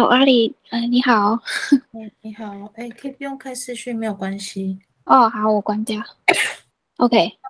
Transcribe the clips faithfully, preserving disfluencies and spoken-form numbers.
阿里，呃，你好。 哎，你好，哎，可以不用开视讯，没有关系。 哦，好，我关掉。OK。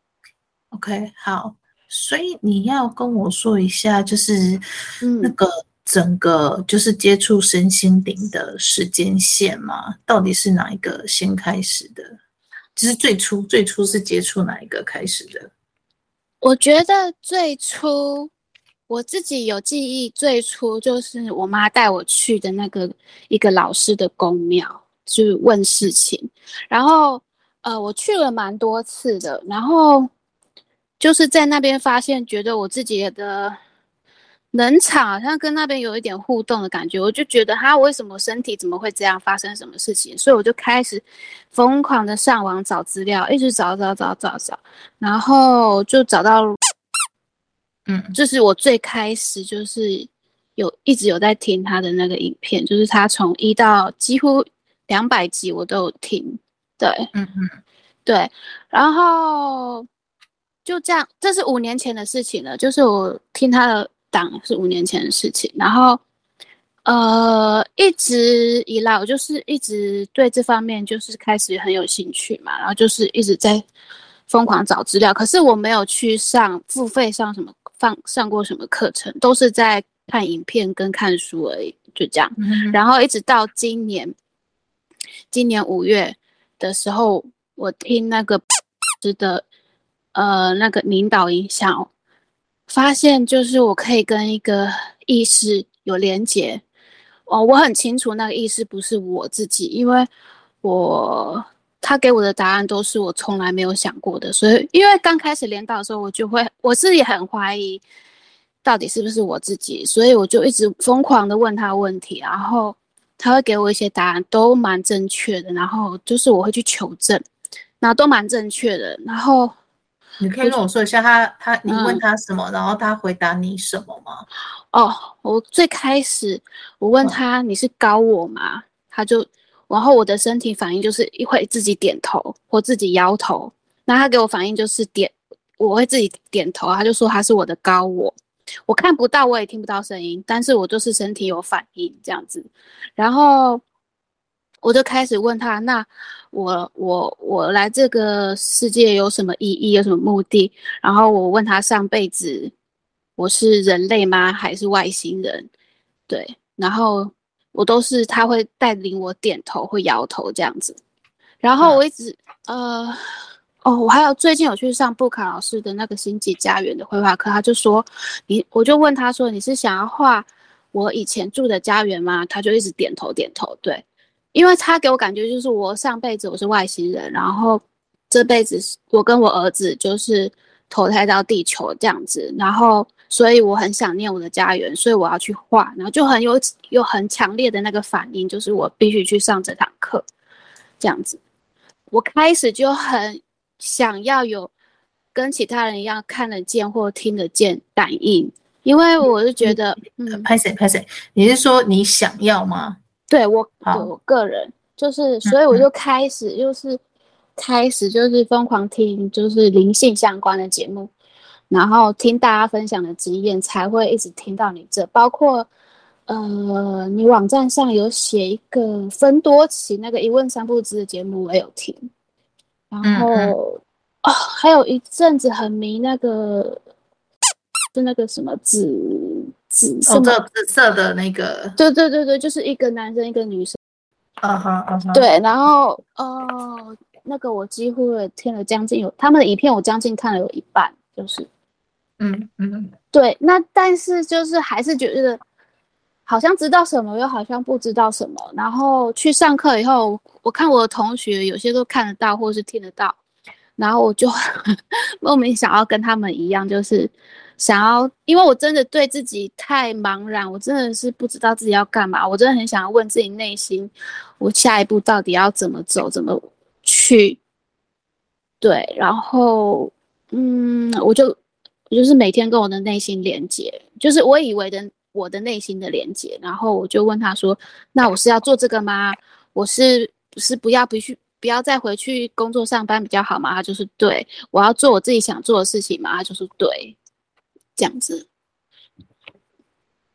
OK，好，所以你要跟我说一下，就是那嗯， 个整个就是接触身心灵的时间线嘛，到底是哪一个先开始的？就是最初最初是接触哪一个开始的？ 我觉得最初我自己有记忆，最初就是我妈带我去的那个一个老师的宫庙，去问事情。然后，呃，我去了蛮多次的，然后就是在那边发现，觉得我自己的能场好像跟那边有一点互动的感觉，我就觉得他为什么身体怎么会这样，发生什么事情？所以我就开始疯狂的上网找资料，一直找找找找找，然后就找到， 嗯就是我最开始就是有一直有在听他的那个影片，就是他从一到几乎两百集我都有听。对嗯嗯对，然后就这样，这是五年前的事情了，就是我听他的档是五年前的事情，然后呃，一直以来我就是一直对这方面就是开始很有兴趣嘛，然后就是一直在疯狂找资料，可是我没有去上付费上什么放上过什么课程，都是在看影片跟看书而已，就这样。 嗯然后一直到今年，今年五月的时候，我听那个的呃那个引导影响，发现就是我可以跟一个意识有连结。哦，我很清楚那个意识不是我自己，因为我他给我的答案都是我从来没有想过的，所以因为刚开始连导的时候，我就会我自己很怀疑到底是不是我自己，所以我就一直疯狂的问他问题，然后他会给我一些答案，都蛮正确的，然后就是我会去求证，然后都蛮正确的，然后你可以跟我说一下他他你问嗯。 他什么，然后他回答你什么吗？ 哦，我最开始我问嗯他你是高我吗？他就，然后我的身体反应就是会自己点头或自己摇头，那他给我反应就是点，我会自己点头，他就说他是我的高我，我看不到我也听不到声音，但是我就是身体有反应这样子，然后我就开始问他，那我我我来这个世界有什么意义，有什么目的？然后我问他上辈子我是人类吗？还是外星人？对，然后我都是他会带领我点头，会摇头这样子。然后嗯我一直呃哦，我还有最近有去上布卡老师的那个星际家园的绘画课，他就说你，我就问他说你是想要画我以前住的家园吗？他就一直点头点头，对，因为他给我感觉就是我上辈子我是外星人，然后这辈子我跟我儿子就是投胎到地球这样子，然后所以我很想念我的家园，所以我要去画，然后就很有有很强烈的那个反应，就是我必须去上这堂课这样子。我开始就很想要有跟其他人一样看得见或听得见感应，因为我就觉你得，嗯， 拍谁拍谁？你是说你想要吗？ 对我对好， 我个人就是， 嗯所以我就嗯开始就是开始就是疯狂听就是灵性相关的节目，然后听大家分享的经验，才会一直听到你这，包括呃，你网站上有写一个分多期那个一问三不知的节目，我也有听。然嗯嗯， 后哦，还有一阵子很迷那个，是那个什么紫紫什哦，这么？ 紫色的那个， 对对对对，就是一个男生一个女生。 啊哈啊哈， 对，然后呃，那个我几乎也听了将近有他们的影片，我将近看了有一半，就是嗯嗯对。那但是就是还是觉得好像知道什么，又好像不知道什么。然后去上课以后，我看我的同学有些都看得到或是听得到，然后我就莫名想要跟他们一样，就是想要，因为我真的对自己太茫然，我真的是不知道自己要干嘛，我真的很想要问自己内心，我下一步到底要怎么走，怎么去。对，然后嗯，我就我就是每天跟我的内心连接，就是我以为的我的内心的连接，然后我就问他说：“那我是要做这个吗？我是不是不要不去不要再回去工作上班比较好吗？”他就是对，我要做我自己想做的事情嘛，他就是对，这样子。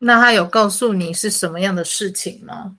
那他有告诉你是什么样的事情吗？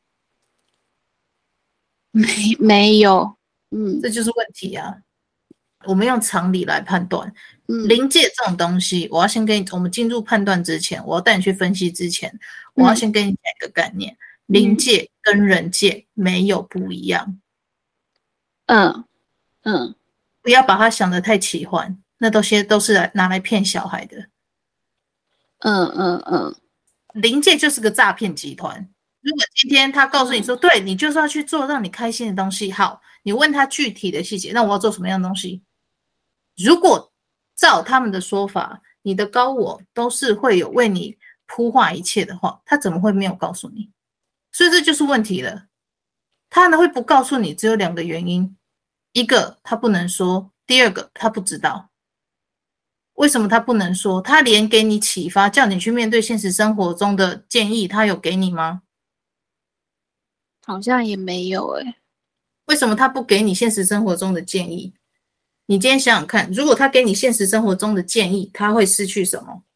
没没有，嗯， 这就是问题啊。我们用常理来判断， 嗯临界这种东西，我要先跟你，我们进入判断之前，我要带你去分析之前，我要先跟你讲一个概念，临界跟人界没有不一样。 嗯嗯， 不要把它想得太奇幻，那都些都是来拿来骗小孩的。 嗯嗯嗯， 临界就是个诈骗集团。如果今天他告诉你说， 嗯对，你就是要去做让你开心的东西，好，你问他具体的细节，那我要做什么样的东西？如果照他们的说法，你的高我都是会有为你铺画一切的话，他怎么会没有告诉你？所以这就是问题了。他呢会不告诉你，只有两个原因：一个他不能说，第二个他不知道。为什么他不能说？他连给你启发，叫你去面对现实生活中的建议，他有给你吗？ 好像也没有诶、欸。 为什么他不给你现实生活中的建议？你今天想想看，如果他给你现实生活中的建议，他会失去什么？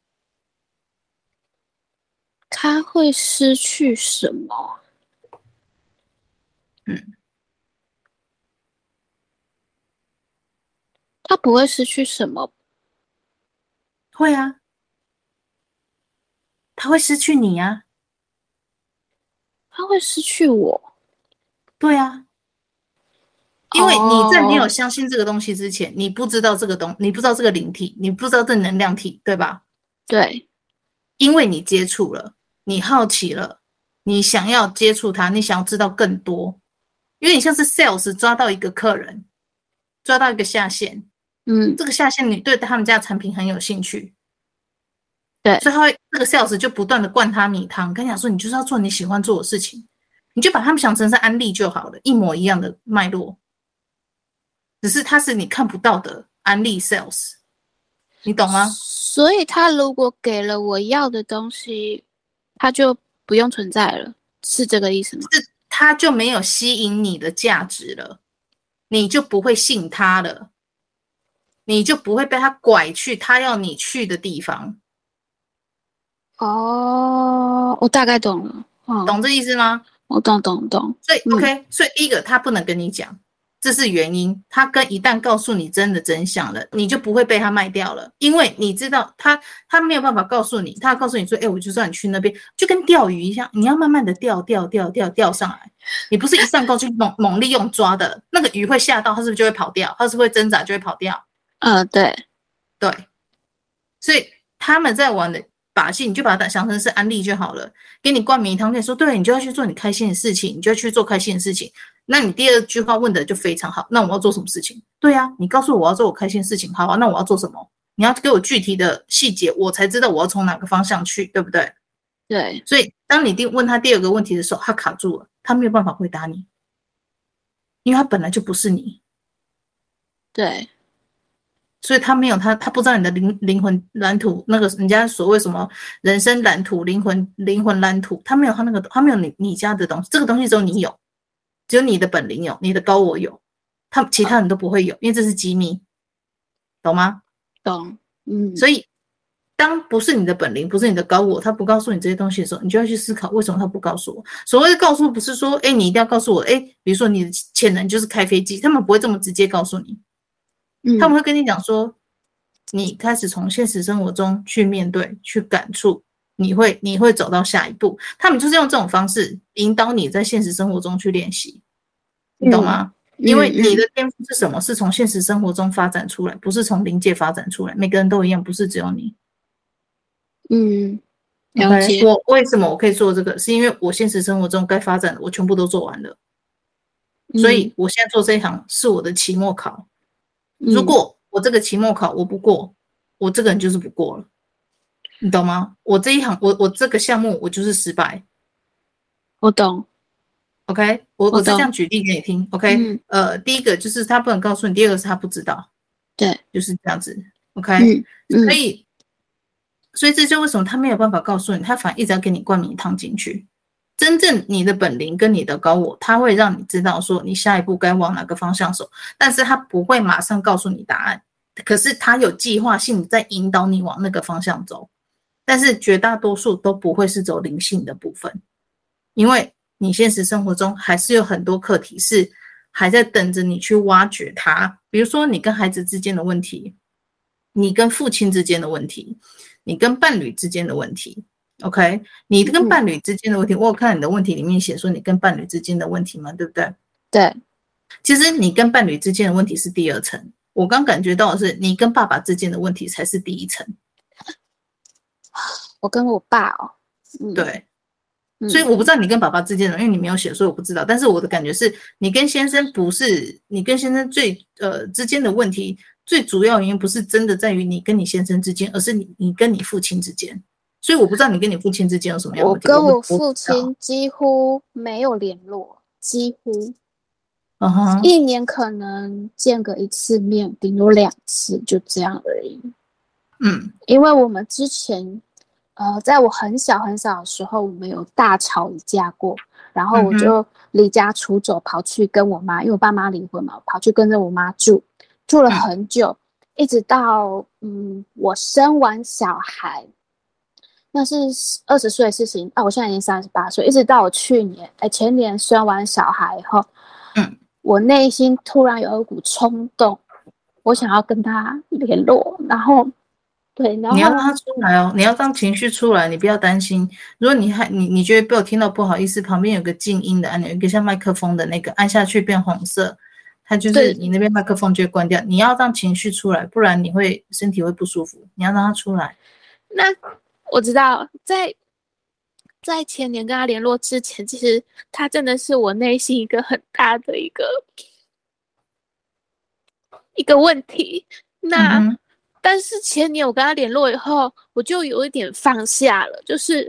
他会失去什么？ 嗯， 他不会失去什么？ 会啊，他会失去你啊。 他会失去我？ 对啊，因为你在没有哦， 相信这个东西之前，你不知道这个东，你不知道这个灵体，你不知道这能量体，对吧？ 对， 因为你接触了，你好奇了，你想要接触它，你想要知道更多，因为你像是 sales 抓到一个客人，抓到一个下线， 嗯， 这个下线你对他们家的产品很有兴趣， 对， 所以他会这个 sales 就不断的灌他米汤，跟你讲说你就是要做你喜欢做的事情，你就把他们想成是安利就好了，一模一样的脉络，只是它是你看不到的安利 sales， 你懂吗？ 所以他如果给了我要的东西，他就不用存在了，是这个意思吗？ 是他就没有吸引你的价值了，你就不会信他了，你就不会被他拐去他要你去的地方。 哦，我大概懂了，哦， 懂这意思吗？ 我懂懂懂， 所以、 嗯、 OK，所以第一个他不能跟你讲，这是原因。他跟一旦告诉你真的真相了，你就不会被他卖掉了，因为你知道他他没有办法告诉你，他告诉你说，哎，我就让你去那边，就跟钓鱼一样，你要慢慢的钓钓钓钓钓上来，你不是一上钩就猛猛力用抓的，那个鱼会吓到，它是不是就会跑掉？它是不是会挣扎就会跑掉？ 呃，对对，所以他们在玩的把戏，你就把它想成是安利就好了，给你灌迷汤，跟你说，对，你就要去做你开心的事情，你就要去做开心的事情。那你第二句话问的就非常好，那我要做什么事情？对啊，你告诉我我要做我开心的事情，好啊，那我要做什么？你要给我具体的细节，我才知道我要从哪个方向去，对不对？ 对， 所以当你问他第二个问题的时候，他卡住了，他没有办法回答你，因为他本来就不是你。 对， 所以他没有他，他不知道你的灵灵魂蓝图，那个人家所谓什么人生蓝图、灵魂灵魂蓝图，他没有他那个，他没有你你家的东西，这个东西只有你有，只有你的本灵有，你的高我有，他其他人都不会有，因为这是机密，懂吗？ 懂，嗯， 所以当不是你的本灵，不是你的高我，他不告诉你这些东西的时候，你就要去思考为什么他不告诉我。所谓的告诉，不是说，哎，你一定要告诉我，哎，比如说你的潜能就是开飞机，他们不会这么直接告诉你。他们会跟你讲说，你开始从现实生活中去面对、去感触，你会你会走到下一步。他们就是用这种方式引导你在现实生活中去练习，你懂吗？ 嗯、 因为你的天赋是什么？是从现实生活中发展出来，不是从灵界发展出来。每个人都一样，不是只有你。 嗯，了解。 Okay? 我为什么我可以做这个？是因为我现实生活中该发展的，我全部都做完了。 嗯、 所以我现在做这一行是我的期末考。如果我这个期末考我不过，我这个人就是不过了，你懂吗？我这一行，我我这个项目我就是失败。 我懂。 OK， 我我是这样举例给你听。OK，、 嗯、 呃，第一个就是他不能告诉你，第二个是他不知道。 对， 就是这样子。OK，、 嗯嗯、 所以所以这就为什么他没有办法告诉你，他反而一直要给你灌迷汤进去。真正你的本灵跟你的高我，他会让你知道说你下一步该往哪个方向走，但是他不会马上告诉你答案，可是他有计划性在引导你往那个方向走。 但是绝大多数都不会是走灵性的部分，因为你现实生活中还是有很多课题是还在等着你去挖掘它，比如说你跟孩子之间的问题，你跟父亲之间的问题，你跟伴侣之间的问题 OK， 你跟伴侣之间的问题、嗯、我有看你的问题里面写说你跟伴侣之间的问题嘛，对不对？ 对， 其实你跟伴侣之间的问题是第二层，我刚感觉到的是你跟爸爸之间的问题才是第一层。 我跟我爸哦、嗯、 对，所以我不知道你跟爸爸之间的，因为你没有写，所以我不知道。但是我的感觉是，你跟先生不是你跟先生最呃之间的问题，最主要原因不是真的在于你跟你先生之间，而是你你跟你父亲之间。所以我不知道你跟你父亲之间有什么样的问题。 我跟我父亲几乎没有联络，几乎， 嗯哼， 一年可能见个一次面，顶多两次，就这样而已。 嗯， 因为我们之前。呃，在我很小很小的时候，我们有大吵一架过，然后我就离家出走，跑去跟我妈，因为我爸妈离婚嘛，跑去跟着我妈住，住了很久，嗯、一直到嗯我生完小孩，那是二十岁的事情啊，我现在已经三十八岁，一直到我去年哎前年生完小孩以后， 嗯， 我内心突然有一股冲动，我想要跟他联络，然后。对，然后你要让他出来哦，你要让情绪出来，你不要担心。如果你还你你觉得被我听到不好意思，旁边有个静音的按钮，有一个像麦克风的那个，按下去变红色，它就是你那边麦克风就会关掉。你要让情绪出来，不然你会身体会不舒服。你要让它出来。 那我知道，在在前年跟他联络之前，其实他真的是我内心一个很大的一个一个问题。那。嗯，但是前年我跟他联络以后，我就有一点放下了，就是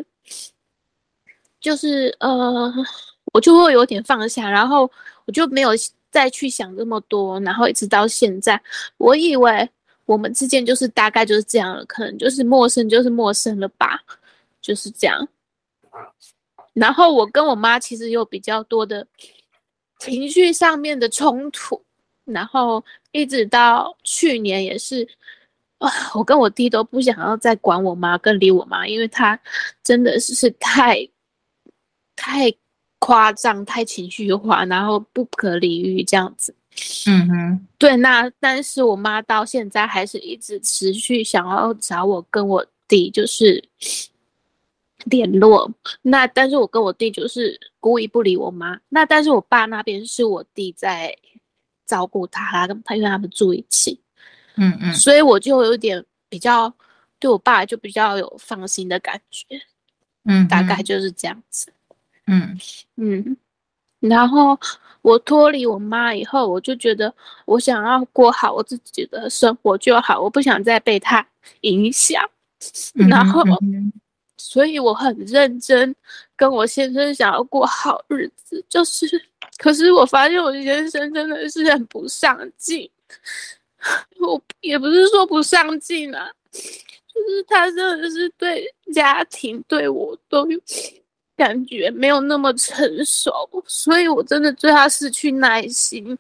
就是呃，我就会有点放下，然后我就没有再去想这么多，然后一直到现在，我以为我们之间就是大概就是这样了，可能就是陌生就是陌生了吧，就是这样。然后我跟我妈其实有比较多的情绪上面的冲突，然后一直到去年也是。啊，我跟我弟都不想要再管我妈跟理我妈，因为她真的是太太夸张、太情绪化，然后不可理喻这样子。 嗯哼， 对，那但是我妈到现在还是一直持续想要找我跟我弟就是联络。那但是我跟我弟就是故意不理我妈。那但是我爸那边是我弟在照顾他，跟他因为他们住一起。 嗯嗯， 所以我就有点比较对我爸就比较有放心的感觉， 嗯， 大概就是这样子， 嗯嗯，然后我脱离我妈以后，我就觉得我想要过好我自己的生活就好，我不想再被他影响， 嗯， 然后， 嗯， 所以我很认真跟我先生想要过好日子，就是，可是我发现我先生真的是很不上进。我也不是说不上进啊，就是他真的是对家庭对我都有感觉没有那么成熟，所以我真的对他失去耐心。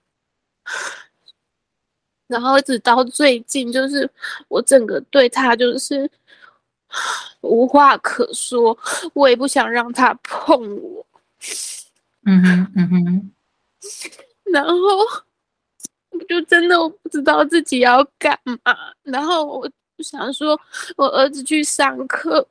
然后一直到最近，就是我整个对他就是无话可说，我也不想让他碰我。 嗯哼，嗯哼， 然后我就真的我不知道自己要干嘛，然后我就想说，我儿子去上课，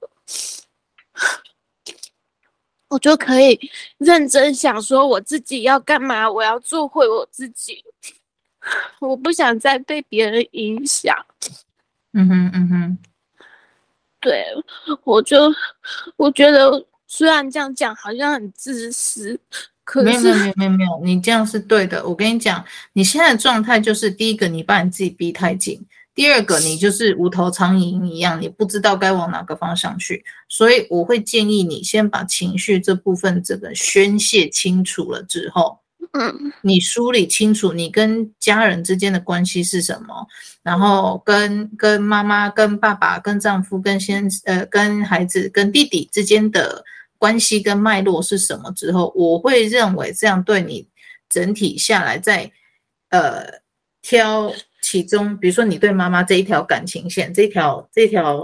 我就可以认真想说我自己要干嘛，我要做回我自己，我不想再被别人影响。 嗯哼，嗯哼， 对，我就我觉得虽然这样讲好像很自私，可是没有没有没有没有没有，你这样是对的。我跟你讲，你现在的状态就是第一个，你把你自己逼太紧；第二个，你就是无头苍蝇一样，你不知道该往哪个方向去。所以我会建议你先把情绪这部分这个宣泄清楚了之后， 嗯， 你梳理清楚你跟家人之间的关系是什么，然后跟跟妈妈、跟爸爸、跟丈夫、跟先呃跟孩子、跟弟弟之间的关系跟脉络是什么之后，我会认为这样对你整体下来在呃挑其中，比如说你对妈妈这一条感情线，这条这条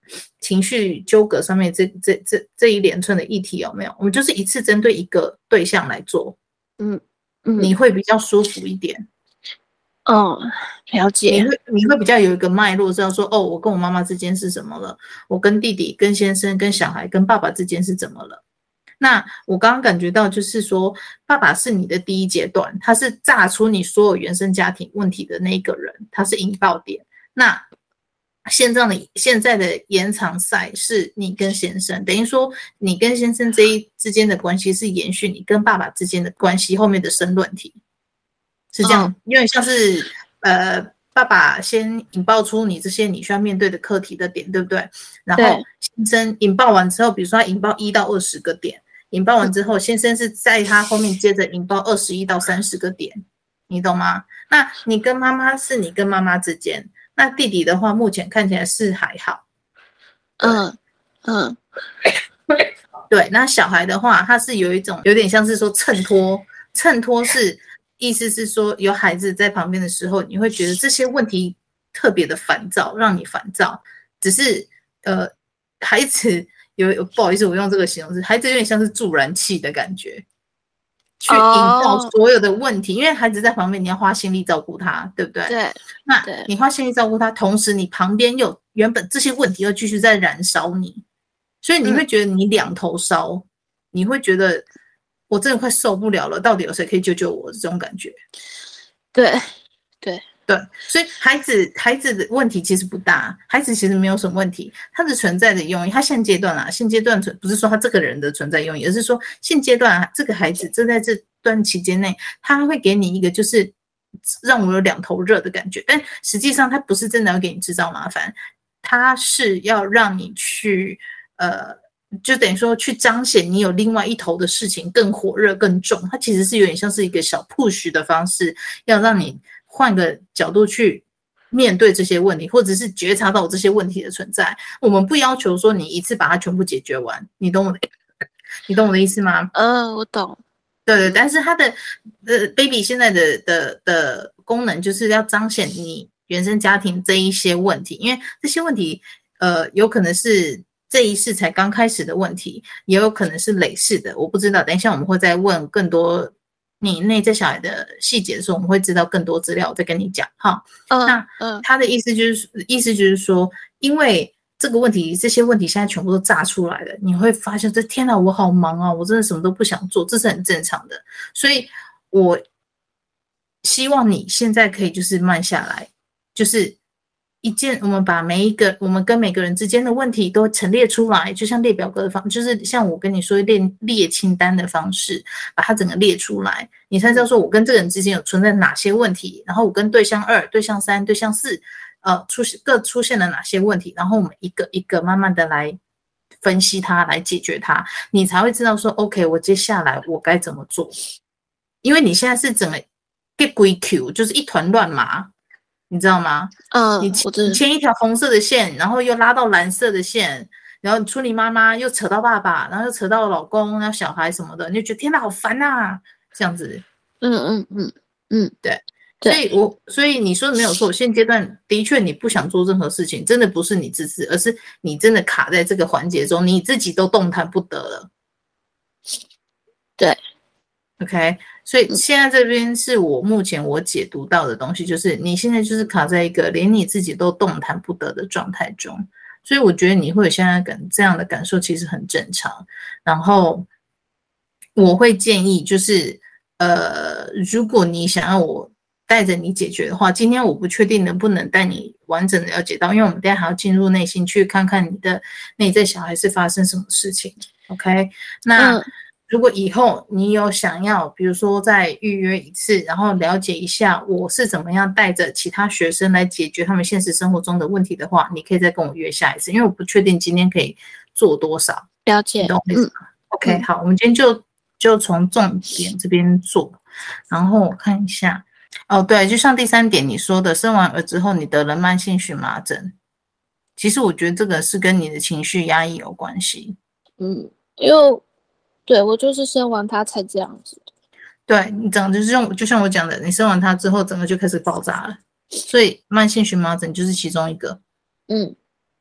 情绪纠葛上面这这这这一连串的议题有没有？我们就是一次针对一个对象来做， 嗯嗯， 你会比较舒服一点。 哦，了解。 你会你会比较有一个脉络，知道说哦，我跟我妈妈之间是什么了，我跟弟弟、跟先生、跟小孩、跟爸爸之间是怎么了。那我刚刚感觉到就是说，爸爸是你的第一阶段，他是炸出你所有原生家庭问题的那一个人，他是引爆点。那现在的现在的延长赛是你跟先生，等于说你跟先生这一之间的关系是延续你跟爸爸之间的关系后面的申论题，是这样， 哦、 有点像是呃，爸爸先引爆出你这些你需要面对的课题的点，对不对？然后先生引爆完之后，比如说他引爆一到二十个点，引爆完之后，先生是在他后面接着引爆二十一到三十个点，你懂吗？那你跟妈妈是你跟妈妈之间。那弟弟的话，目前看起来是还好。 嗯嗯， 对。那小孩的话，他是有一种有点像是说衬托，衬托是意思是说有孩子在旁边的时候，你会觉得这些问题特别的烦躁，让你烦躁。只是呃，孩子有不好意思，我用这个形容词，孩子有点像是助燃器的感觉。去引爆所有的问题，哦、因为孩子在旁边，你要花心力照顾他，对不对？ 对。 那你花心力照顾他，同时你旁边有原本这些问题又继续在燃烧你，所以你会觉得你两头烧，嗯、你会觉得我真的快受不了了，到底有谁可以救救我？这种感觉。 对对对，所以孩子孩子的问题其实不大，孩子其实没有什么问题，他的存在的用意，他现阶段啊，现阶段不是说他这个人的存在用意，而是说现阶段、啊、这个孩子正在这段期间内，他会给你一个就是让我有两头热的感觉，但实际上他不是真的要给你制造麻烦，他是要让你去呃，就等于说去彰显你有另外一头的事情更火热更重，它其实是有点像是一个小 push 的方式，要让你换个角度去面对这些问题，或者是觉察到这些问题的存在。我们不要求说你一次把它全部解决完，你懂我的，你懂我的意思吗？ 呃，我懂。 对对，但是它的呃 baby 现在的的的功能就是要彰显你原生家庭这一些问题，因为这些问题呃有可能是这一世才刚开始的问题，也有可能是累世的，我不知道。等一下我们会再问更多你内在小孩的细节的时候，我们会知道更多资料，我再跟你讲哈。 嗯、 那嗯， 他的意思就是，意思就是说，因为这个问题，这些问题现在全部都炸出来了，你会发现，这天哪，我好忙啊，我真的什么都不想做，这是很正常的。所以我希望你现在可以就是慢下来，就是一件，我们把每一个我们跟每个人之间的问题都陈列出来，就像列表格的方，就是像我跟你说列列清单的方式，把它整个列出来，你才知道说我跟这个人之间有存在哪些问题，然后我跟对象二、对象三、对象四，呃，出现各出现了哪些问题，然后我们一个一个慢慢的来分析它，来解决它，你才会知道说 ，OK， 我接下来我该怎么做，因为你现在是整个 get 归 Q， 就是一团乱麻。你知道吗？ 嗯， 你牵一条红色的线，然后又拉到蓝色的线，然后处理妈妈又扯到爸爸，然后又扯到老公，然后小孩什么的，你就觉得天哪，好烦啊！这样子， 嗯嗯嗯嗯， 对，所以我所以你说的没有错，现阶段的确你不想做任何事情，真的不是你自私，而是你真的卡在这个环节中，你自己都动弹不得了。 对。 OK， 所以现在这边是我目前我解读到的东西，就是你现在就是卡在一个连你自己都动弹不得的状态中，所以我觉得你会有现在感这样的感受其实很正常。然后我会建议就是，呃，如果你想要我带着你解决的话，今天我不确定能不能带你完整的了解到，因为我们等一下还要进入内心去看看你的内在小孩是发生什么事情。OK， 那。嗯，如果以后你有想要，比如说再预约一次，然后了解一下我是怎么样带着其他学生来解决他们现实生活中的问题的话，你可以再跟我约下一次，因为我不确定今天可以做多少。 了解， 你懂我意思吗？嗯，OK， 好，我们今天就就从重点这边做，然后我看一下，哦，对，就像第三点你说的，生完儿之后你得了慢性荨麻疹，其实我觉得这个是跟你的情绪压抑有关系。 嗯，因为。对，我就是生完他才这样子。 对，你整个就是用，就像我讲的，你生完他之后，整个就开始爆炸了。所以慢性荨麻疹就是其中一个。 嗯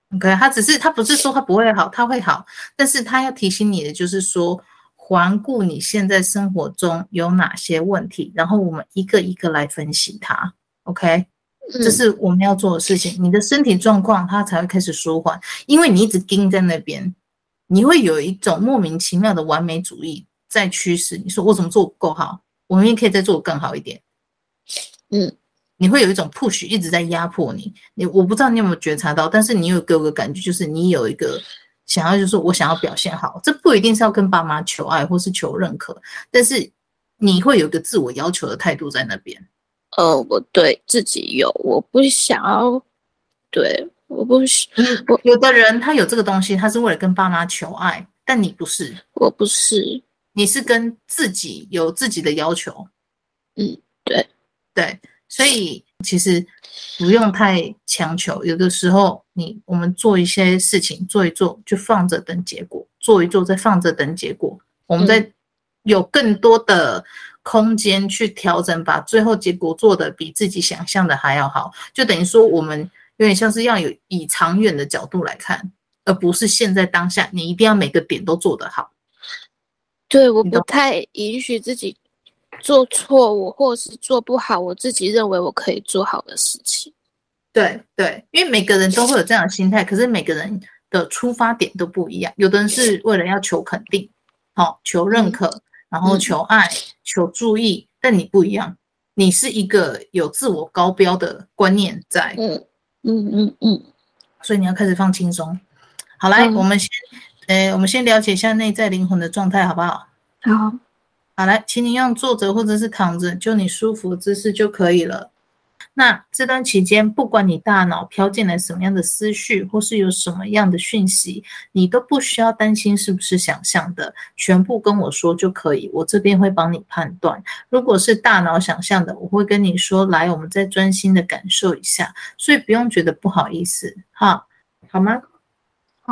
OK，他只是他不是说他不会好，他会好，但是他要提醒你的就是说，环顾你现在生活中有哪些问题，然后我们一个一个来分析它。OK，这嗯是我们要做的事情。你的身体状况它才会开始舒缓，因为你一直盯在那边，你会有一种莫名其妙的完美主义在驱使你说我怎么做不够好，我明明可以再做得更好一点。 嗯， 你会有一种 push 一直在压迫你，你我不知道你有没有觉察到，但是你有给我个感觉，就是你有一个想要，就是我想要表现好，这不一定是要跟爸妈求爱或是求认可，但是你会有一个自我要求的态度在那边。 呃，我对自己有，我不想要，对，我不是， 嗯， 我有的人他有这个东西，他是为了跟爸妈求爱，但你不是， 我不是， 你是跟自己有自己的要求。 嗯，对， 对，所以其实不用太强求，有的时候你我们做一些事情，做一做就放着等结果，做一做再放着等结果，我们再有更多的空间去调整，把最后结果做得比自己想象的还要好，就等于说我们有点像是要有以长远的角度来看，而不是现在当下你一定要每个点都做得好。 对，我不太允许自己做错误，或是做不好我自己认为我可以做好的事情。 对对，因为每个人都会有这样的心态，可是每个人的出发点都不一样。有的人是为了要求肯定，好、哦、求认可，嗯、然后求爱、求注意，但你不一样，你是一个有自我高标的观念在。 嗯嗯嗯嗯， 所以你要开始放轻松。好，来，嗯、我们先，呃，我们先了解一下内在灵魂的状态，好不好？ 好。 好，来，请你用坐着或者是躺着，就你舒服的姿势就可以了。那这段期间，不管你大脑飘进来什么样的思绪，或是有什么样的讯息，你都不需要担心是不是想象的，全部跟我说就可以，我这边会帮你判断。如果是大脑想象的，我会跟你说，来，我们再专心的感受一下，所以不用觉得不好意思，好，好吗？ 好。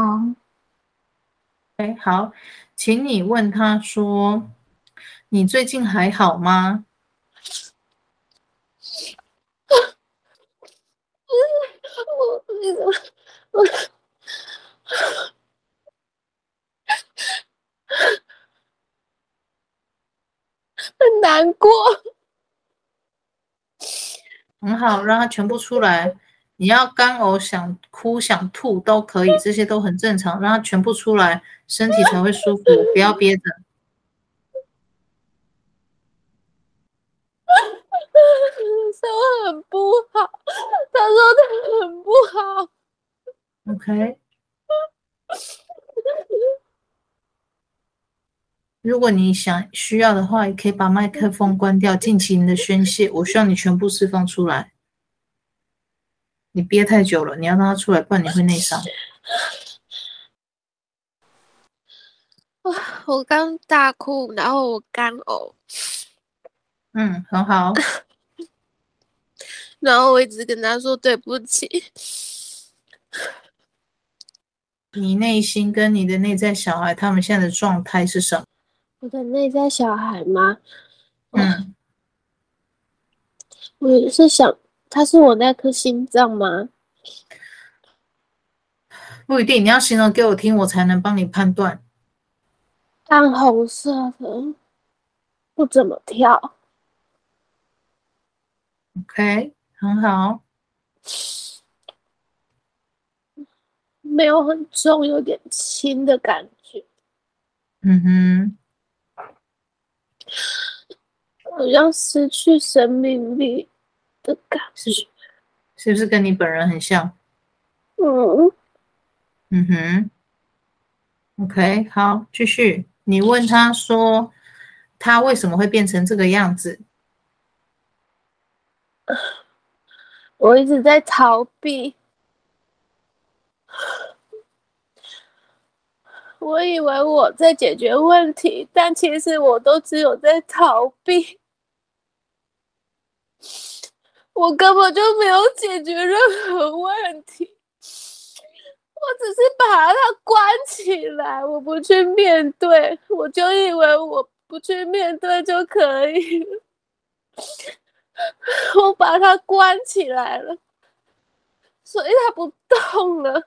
OK，好，请你问他说，你最近还好吗？ 我你怎么我很难过。 很好，让它全部出来。你要干呕、想哭、想吐都可以，这些都很正常，让它全部出来，身体才会舒服。不要憋着。 说很不好，他说他很不好。 OK。如果你想需要的话，也可以把麦克风关掉，尽情的宣泄。我需要你全部释放出来。你憋太久了，你要让它出来，不然你会内伤。 我刚大哭，然后我干呕。 嗯，很好。 然后我一直跟他说对不起。 你内心跟你的内在小孩，他们现在的状态是什么？ 我的内在小孩吗？ 嗯， 我是想，他是我那颗心脏吗？ 不一定，你要形容给我听，我才能帮你判断。 淡红色的，不怎么跳。 OK，很好。 没有很重，有点轻的感觉。 嗯哼， 好像失去生命力的感觉。 是不是跟你本人很像？ 嗯嗯哼。OK，好，继续。你问他说，他为什么会变成这个样子？ 我一直在逃避。我以为我在解决问题，但其实我都只有在逃避。我根本就没有解决任何问题，我只是把它关起来，我不去面对，我就以为我不去面对就可以了。我把它关起来了。 所以他不动了。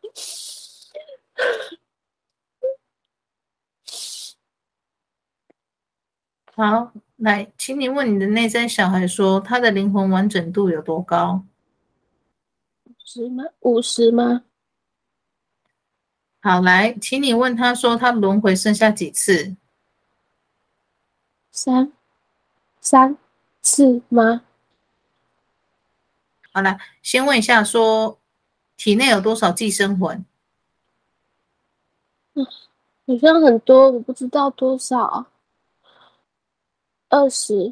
好，来，请你问你的内在小孩说，他的灵魂完整度有多高？ 十吗？五十吗？ 好，来，请你问他说，他轮回剩下几次？ 三三次吗？ 好了，先问一下说，体内有多少寄生魂？ 嗯，好像很多，我不知道多少。二十，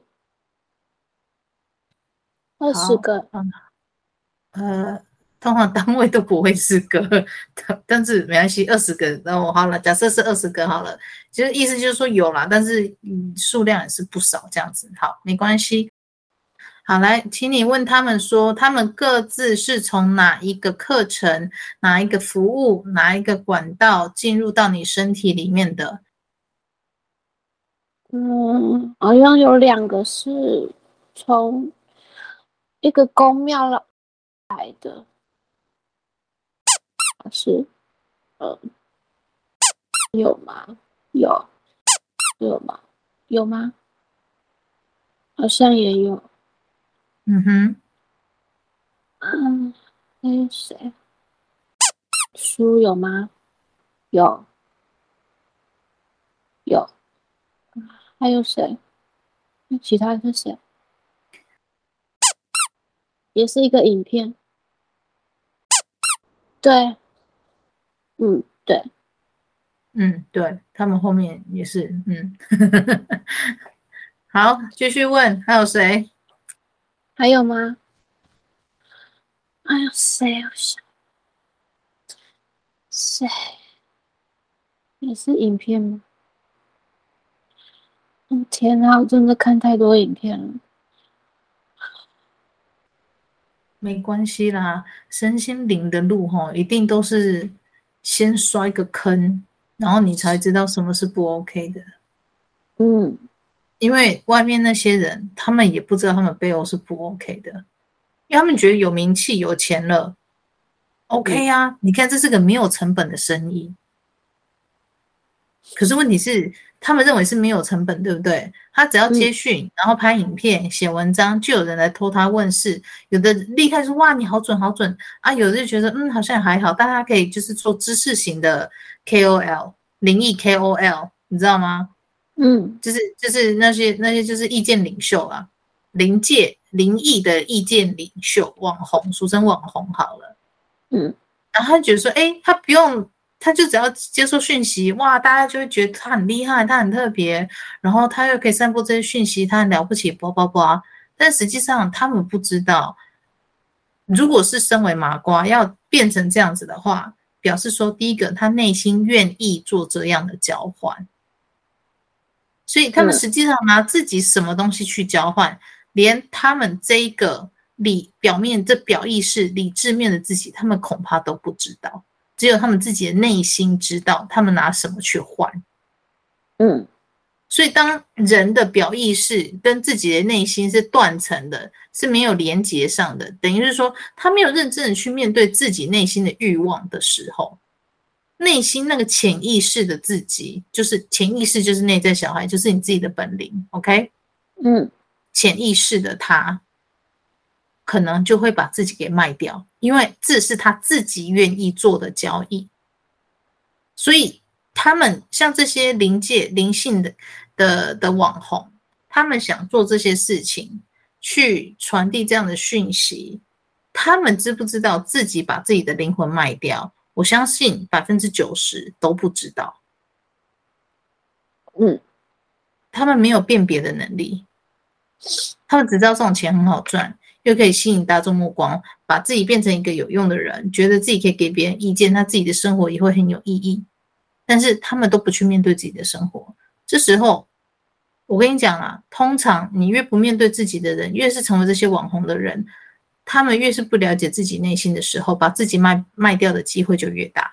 二十好， 个。 嗯，呃，通常单位都不会是个，但是没关系，二十个，然后好了，假设是二十个好了，其实意思就是说有啦，但是嗯，数量也是不少这样子，好，没关系。好，来，请你问他们说，他们各自是从哪一个课程、哪一个服务、哪一个管道进入到你身体里面的？ 嗯，好像有两个是从一个宫庙来的，是呃有吗？有有吗？有吗？好像也有。 嗯哼， 嗯，还有谁？书有吗？有有。还有谁？那其他是谁？也是一个影片。对，嗯，对。 嗯，对，他们后面也是，嗯，好，继续问，还有谁？ 还有吗？还有谁？我想谁？也是影片吗？嗯，天啊，我真的看太多影片了。 没关系啦，身心灵的路吼，一定都是先摔个坑，然后你才知道什么是不 OK 的。 嗯， 因为外面那些人，他们也不知道他们背后是不 OK 的，因为他们觉得有名气、有钱了嗯， ，OK 啊。你看，这是个没有成本的生意。可是问题是，他们认为是没有成本，对不对？他只要嗯， 接讯，然后拍影片、写文章，就有人来托他问事。有的立刻说：“哇，你好准，好准啊！”有的就觉得嗯，好像还好，但他可以就是做知识型的 K O L、灵异 K O L，你知道吗？ 嗯， 就是就是那些那些就是意见领袖啊，灵界灵异的意见领袖，网红，俗称网红好了。 嗯， 然后他觉得说，哎，他不用，他就只要接受讯息，哇，大家就会觉得他很厉害，他很特别，然后他又可以散播这些讯息，他很了不起，叭叭叭。但实际上他们不知道，如果是身为麻瓜要变成这样子的话，表示说，第一个他内心愿意做这样的交换。所以他们嗯， 实际上拿自己什么东西去交换，连他们这一个理表面这表意识理智面的自己，他们恐怕都不知道，只有他们自己的内心知道他们拿什么去换。 嗯， 所以当人的表意识跟自己的内心是断层的，是没有连接上的，等于是说他没有认真的去面对自己内心的欲望的时候，内心那个潜意识的自己，就是潜意识，就是内在小孩，就是你自己的本领。OK， 嗯， 潜意识的他可能就会把自己给卖掉，因为这是他自己愿意做的交易。所以他们像这些灵界灵性的的的网红，他们想做这些事情，去传递这样的讯息，他们知不知道自己把自己的灵魂卖掉？我相信百分之九十都不知道。 嗯， 他们没有辨别的能力，他们只知道这种钱很好赚，又可以吸引大众目光，把自己变成一个有用的人，觉得自己可以给别人意见，他自己的生活也会很有意义。但是他们都不去面对自己的生活，这时候我跟你讲啊，通常你越不面对自己的人，越是成为这些网红的人，他们越是不了解自己内心的时候，把自己卖卖掉的机会就越大。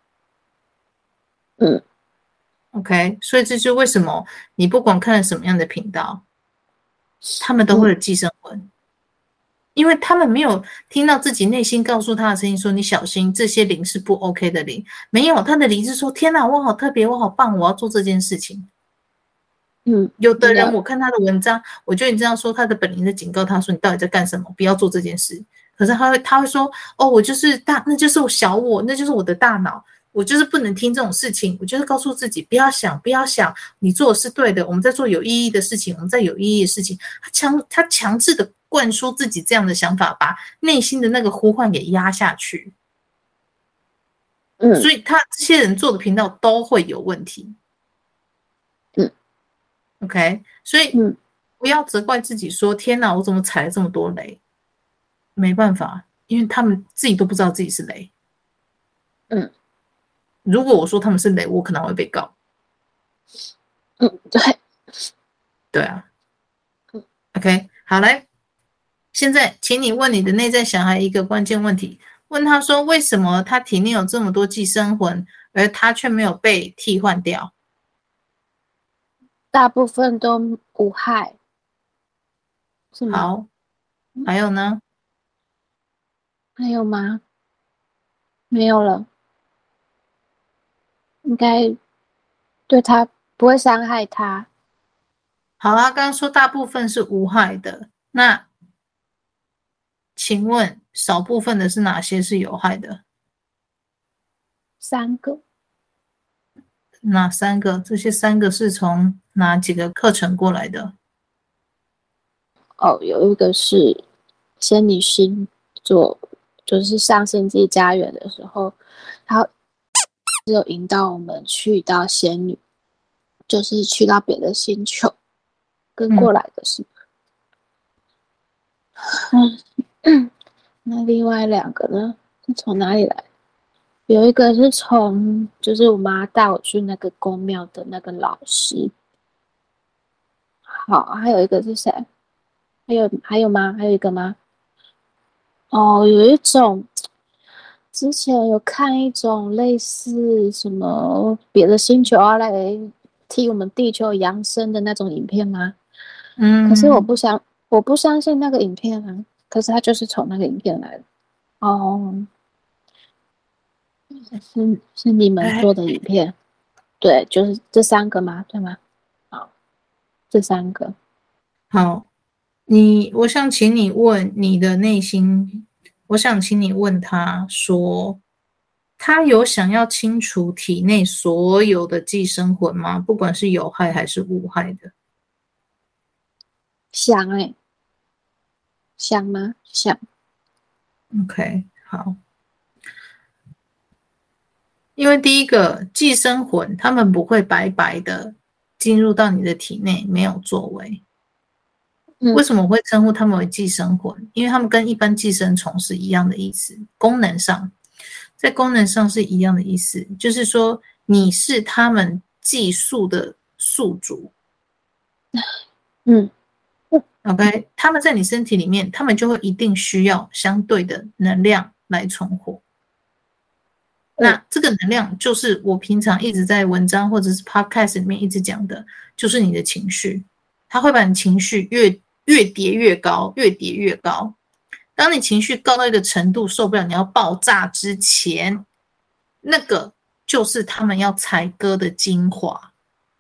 嗯， OK，所以这就是为什么你不管看了什么样的频道，他们都会嗯， 有寄生魂， 因为他们没有听到自己内心告诉他的声音说你小心，这些灵是不 OK 的灵。没有，他的灵是说天哪，我好特别，我好棒，我要做这件事情。 嗯， 有的人我看他的文章，我就你这样说，他的本灵在警告他说你到底在干什么，不要做这件事。可是他会他会说哦，我就是大，那就是我小我，那就是我的大脑，我就是不能听这种事情，我就是告诉自己不要想，不要想，你做的是对的，我们在做有意义的事情，我们在有意义的事情。他强他强制的灌输自己这样的想法，把内心的那个呼唤给压下去。 嗯， 所以他这些人做的频道都会有问题。 嗯 ，OK， 所以嗯， 不要责怪自己说天哪，我怎么踩了这么多雷？没办法，因为他们自己都不知道自己是雷。 嗯， 如果我说他们是雷，我可能会被告。 嗯，对， 对啊。OK， 好，来，现在请你问你的内在小孩一个关键问题，问他说为什么他体内有这么多寄生魂，而他却没有被替换掉？ 大部分都无害，是吗？ 好，还有呢？ 还有吗？没有了，应该对他不会伤害他。 好啊，刚刚说大部分是无害的，那请问少部分的是哪些是有害的？ 三个， 哪三个？这些三个是从哪几个课程过来的？ 哦，有一个是仙女星座，就是上星际家园的时候，他只有引导我们去到仙女，就是去到别的星球，跟过来的是。嗯，那另外两个呢？是从哪里来？有一个是从，就是我妈带我去那个宫庙的那个老师。好，还有一个是谁？还有还有吗？还有一个吗？哦，有一种，之前有看一种类似什么别的星球要来替我们地球扬升的那种影片吗？ 嗯， 可是我不相，我不相信那个影片啊。可是它就是从那个影片来的。哦，是是你们做的影片，对，就是这三个吗？对吗？好，这三个。 好，你，我想请你问你的内心，我想请你问他说，他有想要清除体内所有的寄生魂吗？不管是有害还是无害的。 想哎、欸，想吗？想。 OK，好。因为第一个寄生魂，他们不会白白的进入到你的体内，没有作为。为什么我会称呼他们为寄生魂？因为他们跟一般寄生虫是一样的意思，功能上，在功能上是一样的意思，就是说你是他们寄宿的宿主。 嗯 OK， 他们在你身体里面，他们就会一定需要相对的能量来存活。那这个能量就是我平常一直在文章或者是 podcast 里面一直讲的，就是你的情绪，它会把你情绪越越叠越高，越叠越高。当你情绪高到一个程度受不了，你要爆炸之前，那个就是他们要采割的精华。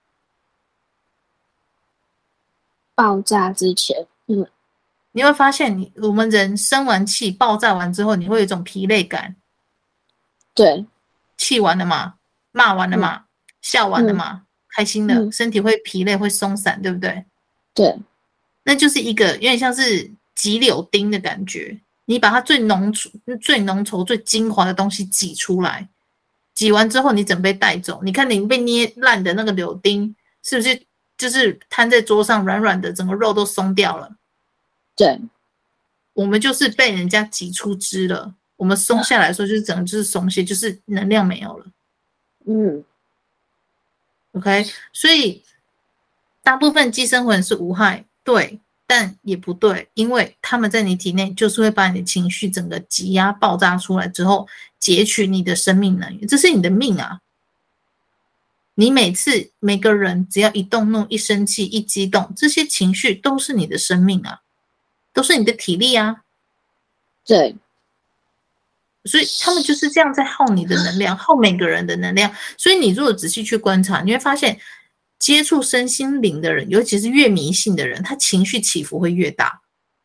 爆炸之前，嗯， 你会发现你，我们人生完气爆炸完之后，你会有一种疲累感。 对， 气完了嘛，骂完了嘛，嗯、笑完了嘛，嗯、开心了、嗯，身体会疲累，会松散，对不对？ 对， 那就是一个有点像是挤柳丁的感觉，你把它最浓稠、最浓稠、最精华的东西挤出来，挤完之后你整被带走。你看你被捏烂的那个柳丁，是不是就是摊在桌上软软的，整个肉都松掉了？ 对， 我们就是被人家挤出汁了。我们松下来的时候，就是整个就是松懈，就是能量没有了。 嗯 ，OK， 所以大部分寄生魂是无害，对，但也不对，因为他们在你体内就是会把你的情绪整个挤压爆炸出来之后，截取你的生命能源，这是你的命啊！你每次每个人只要一动怒、一生气、一激动，这些情绪都是你的生命啊，都是你的体力啊。 对， 所以他们就是这样在耗你的能量，耗每个人的能量。所以你如果仔细去观察，你会发现接触身心灵的人，尤其是越迷信的人，他情绪起伏会越大，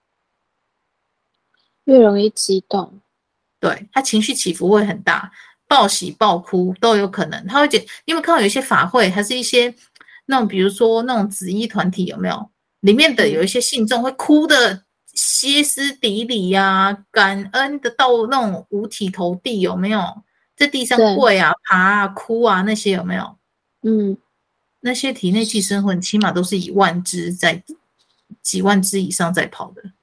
越容易激动。 对，他情绪起伏会很大，暴喜暴哭都有可能。他会觉得，你有没有看到有一些法会，还是一些那种，比如说那种紫衣团体，有没有？里面的有一些信众会哭的歇斯底里呀、啊，感恩的到那种五体投地，有没有？在地上对， 跪啊、爬啊、哭啊，那些有没有？ 嗯那些体内寄生魂起码都是以万只在几万只以上在跑的，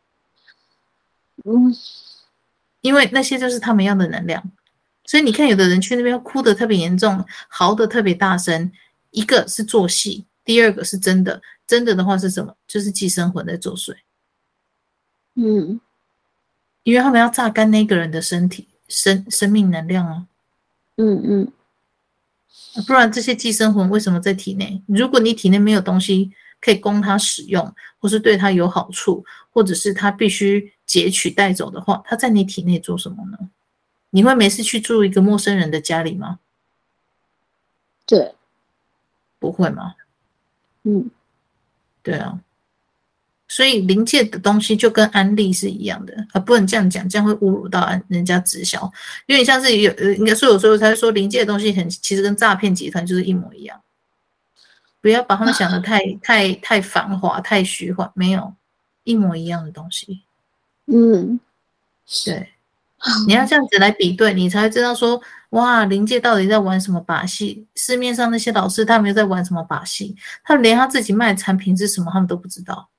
嗯， 因为那些就是他们要的能量。所以你看，有的人去那边哭得特别严重，嚎得特别大声，一个是做戏，第二个是真的。真的的话是什么？就是寄生魂在作祟， 嗯因为他们要榨干那个人的身体生生命能量啊。 嗯嗯， 不然这些寄生魂为什么在体内？如果你体内没有东西可以供他使用，或是对他有好处，或者是他必须截取带走的话，他在你体内做什么呢？你会没事去住一个陌生人的家里吗？ 对， 不会吗？ 嗯对啊，所以灵界的东西就跟安利是一样的，啊，不能这样讲，这样会侮辱到安人家直销，有点像是有，呃应该所以有时候才会说灵界的东西很，其实跟诈骗集团就是一模一样。不要把他们想的太太太繁华、太虚幻，没有一模一样的东西。 嗯， 对，你要这样子来比对，你才会知道说，哇，灵界到底在玩什么把戏？市面上那些老师他们又在玩什么把戏？他们连他自己卖的产品是什么，他们都不知道，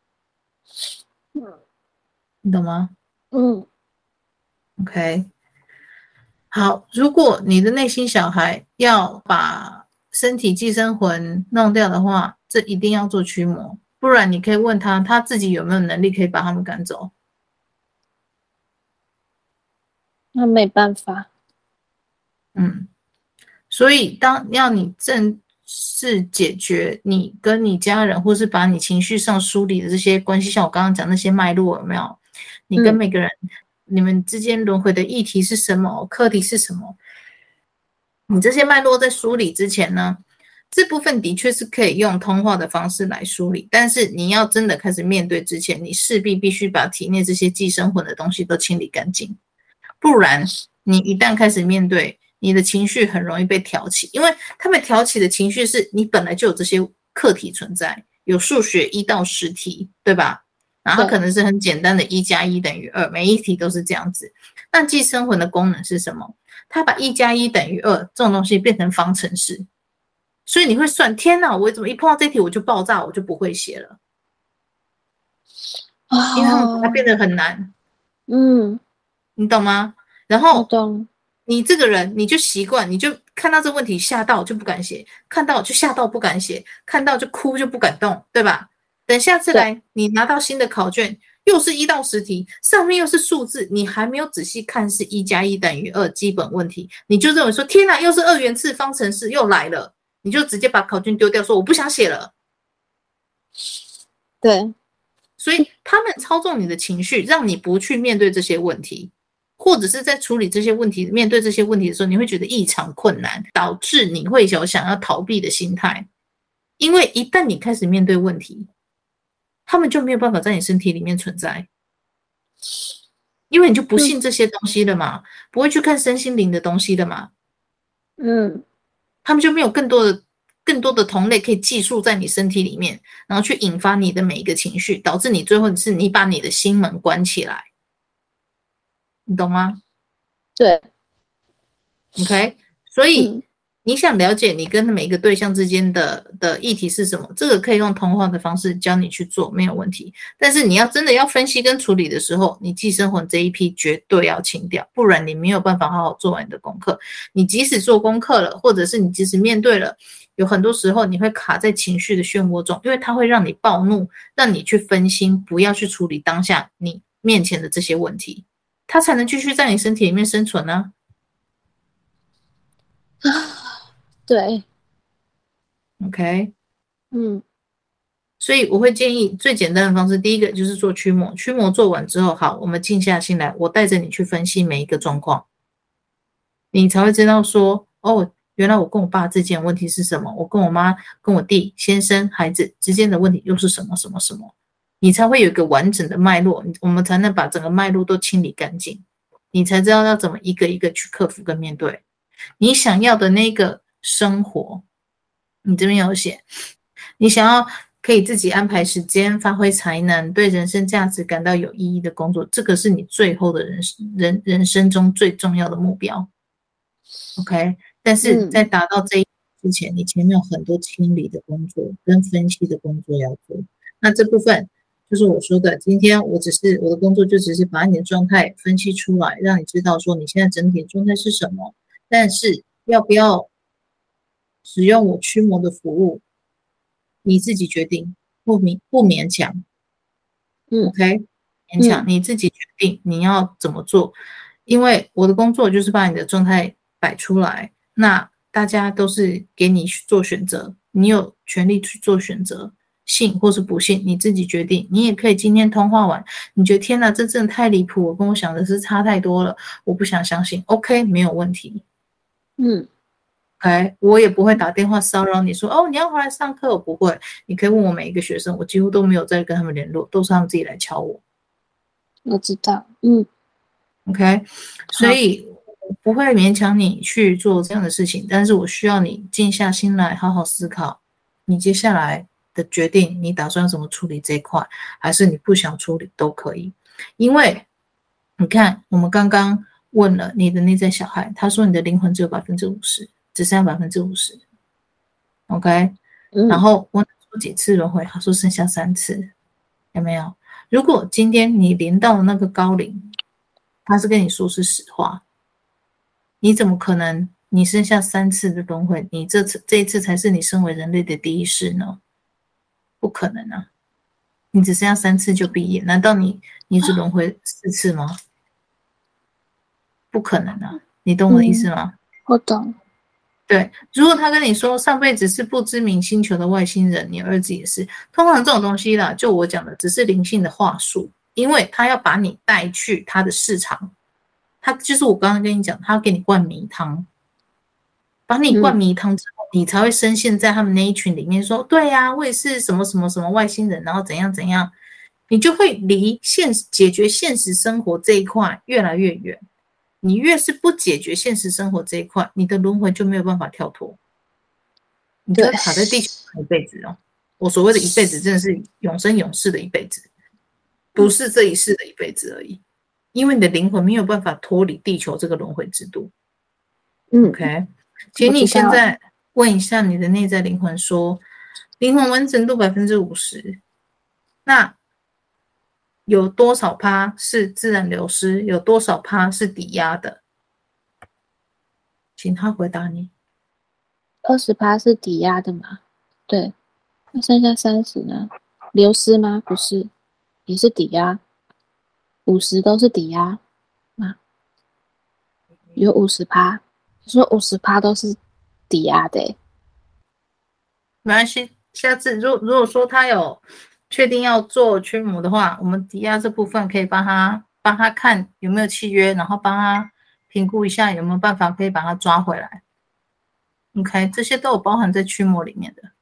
你懂吗嗯 ？OK，好，如果你的内心小孩要把身体寄生魂弄掉的话，这一定要做驱魔，不然你可以问他，他自己有没有能力可以把他们赶走。 那没办法。 嗯。所以，当要你正式解决你跟你家人，或是把你情绪上梳理的这些关系，像我刚刚讲那些脉络，有没有？你跟嗯每个人，你们之间轮回的议题是什么？课题是什么？你这些脉络在梳理之前呢，这部分的确是可以用通话的方式来梳理，但是你要真的开始面对之前，你势必必须把体内这些寄生魂的东西都清理干净。不然你一旦开始面对，你的情绪很容易被挑起，因为他们挑起的情绪是你本来就有这些课题存在，有数学一到十题，对吧？然后它可能是很简单的一加一等于二，每一题都是这样子。那寄生魂的功能是什么？它把一加一等于二这种东西变成方程式，所以你会算，天哪，我怎么一碰到这题我就爆炸，我就不会写了，因为他们把它变啊， 得很难。 嗯， 你懂吗？然我后懂。 你这个人，你就习惯，你就看到这个问题吓到就不敢写，看到就吓到不敢写，看到就哭就不敢动，对吧？等下次对， 来，你拿到新的考卷，又是一到十题，上面又是数字，你还没有仔细看是一加一等于二基本问题，你就认为说天哪，又是二元次方程式又来了，你就直接把考卷丢掉，说我不想写了。 对， 所以他们操纵你的情绪，让你不去面对这些问题，或者是在处理这些问题、面对这些问题的时候，你会觉得异常困难，导致你会有想要逃避的心态。因为一旦你开始面对问题，他们就没有办法在你身体里面存在，因为你就不嗯信这些东西了嘛，不会去看身心灵的东西了嘛， 嗯， 他们就没有更多的。更多的同类可以寄宿在你身体里面，然后去引发你的每一个情绪，导致你最后是你把你的心门关起来，你懂吗？ 对， OK，所以嗯你想了解你跟每一个对象之间的的议题是什么，这个可以用通话的方式教你去做，没有问题。但是你要真的要分析跟处理的时候，你寄生魂这一批绝对要清掉，不然你没有办法好好做完你的功课。你即使做功课了，或者是你即使面对了，有很多时候你会卡在情绪的漩涡中，因为它会让你暴怒，让你去分心，不要去处理当下你面前的这些问题，它才能继续在你身体里面生存呢、啊。 对， OK。 嗯所以我会建议最简单的方式，第一个就是做驱魔，驱魔做完之后，好，我们静下心来，我带着你去分析每一个状况，你才会知道说，哦，原来我跟我爸之间的问题是什么，我跟我妈、跟我弟、先生、孩子之间的问题又是什么什么什么，你才会有一个完整的脉络，我们才能把整个脉络都清理干净，你才知道要怎么一个一个去克服跟面对你想要的那个生活。你这边有写，你想要可以自己安排时间，发挥才能，对人生价值感到有意义的工作，这个是你最后的人生人人生中最重要的目标。OK， 但是在达到这一之前，你前面有很多清理的工作跟分析的工作要做。那这部分就是我说的，今天我只是我的工作就只是把你的状态分析出来，让你知道说你现在整体的状态是什么。但是要不要使用我驱魔的服务，你自己决定，不勉不勉强。 嗯 OK， 勉强、嗯、你自己决定你要怎么做，因为我的工作就是把你的状态摆出来，那大家都是给你去做选择，你有权利去做选择，信或是不信你自己决定。你也可以今天通话完，你觉得天哪，这真的太离谱，我跟我想的是差太多了，我不想相信。 OK， 没有问题。 嗯 OK， 我也不会打电话骚扰你说哦你要回来上课，我不会。你可以问我每一个学生，我几乎都没有再跟他们联络，都是他们自己来敲我。 我知道。嗯 OK， 所以我不会勉强你去做这样的事情，但是我需要你静下心来好好思考你接下来的决定，你打算怎么处理这一块，还是你不想处理都可以。因为你看我们刚刚问了你的内在小孩，他说你的灵魂只有 百分之五十， 只剩下 百分之五十。 OK， 然后问他说几次轮回，他说剩下三次，有没有？如果今天你连到那个高龄，他是跟你说是实话，你怎么可能你剩下三次的轮回，你这次这一次才是你身为人类的第一世呢？不可能啊，你只剩下三次就毕业，难道你你只轮回四次吗？不可能啊，你懂我的意思吗？ 嗯、我懂。 对，如果他跟你说上辈子是不知名星球的外星人，你儿子也是，通常这种东西啦，就我讲的只是灵性的话术，因为他要把你带去他的市场，他就是我刚刚跟你讲，他要给你灌迷汤，把你灌迷汤之后、嗯、你才会深陷在他们那一群里面说对呀、啊，我也是什么什么什么外星人，然后怎样怎样，你就会离现解决现实生活这一块越来越远。你越是不解决现实生活这一块，你的轮回就没有办法跳脱，你就会卡在地球上一辈子哦。我所谓的一辈子，真的是永生永世的一辈子，不是这一世的一辈子而已。因为你的灵魂没有办法脱离地球这个轮回制度。 嗯 ，OK， 请你现在问一下你的内在灵魂说，灵魂完整度 百分之五十， 那有多少趴是自然流失，有多少趴是抵押的？请他回答你。 二十趴是抵押的吗？对。那剩下三十呢？流失吗？不是，也是抵押。五十都是抵押吗？有五十趴，说五十趴都是抵押的、欸。 没关系，下次如如果说他有确定要做驱魔的话，我们抵押这部分可以帮他帮他看有没有契约，然后帮他评估一下有没有办法可以把他抓回来。OK， 这些都有包含在驱魔里面的，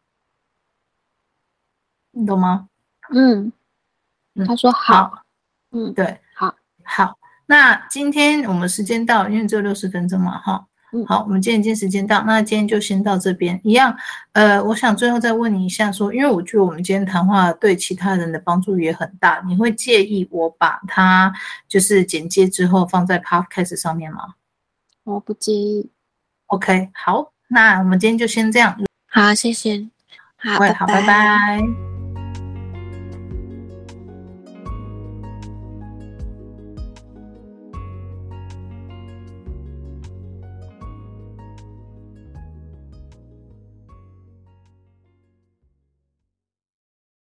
你懂吗？ 嗯，他说好。 好嗯， 对， 好， 好。那今天我们时间到了，因为只有六十分钟嘛，哈。好，我们今天已经时间到，那今天就先到这边。一样，呃，我想最后再问你一下说，因为我觉得我们今天谈话对其他人的帮助也很大，你会介意我把它就是剪接之后放在 Podcast 上面吗？ 我不介意。 OK， 好，那我们今天就先这样。 好，谢谢。好，拜拜。 好，拜拜。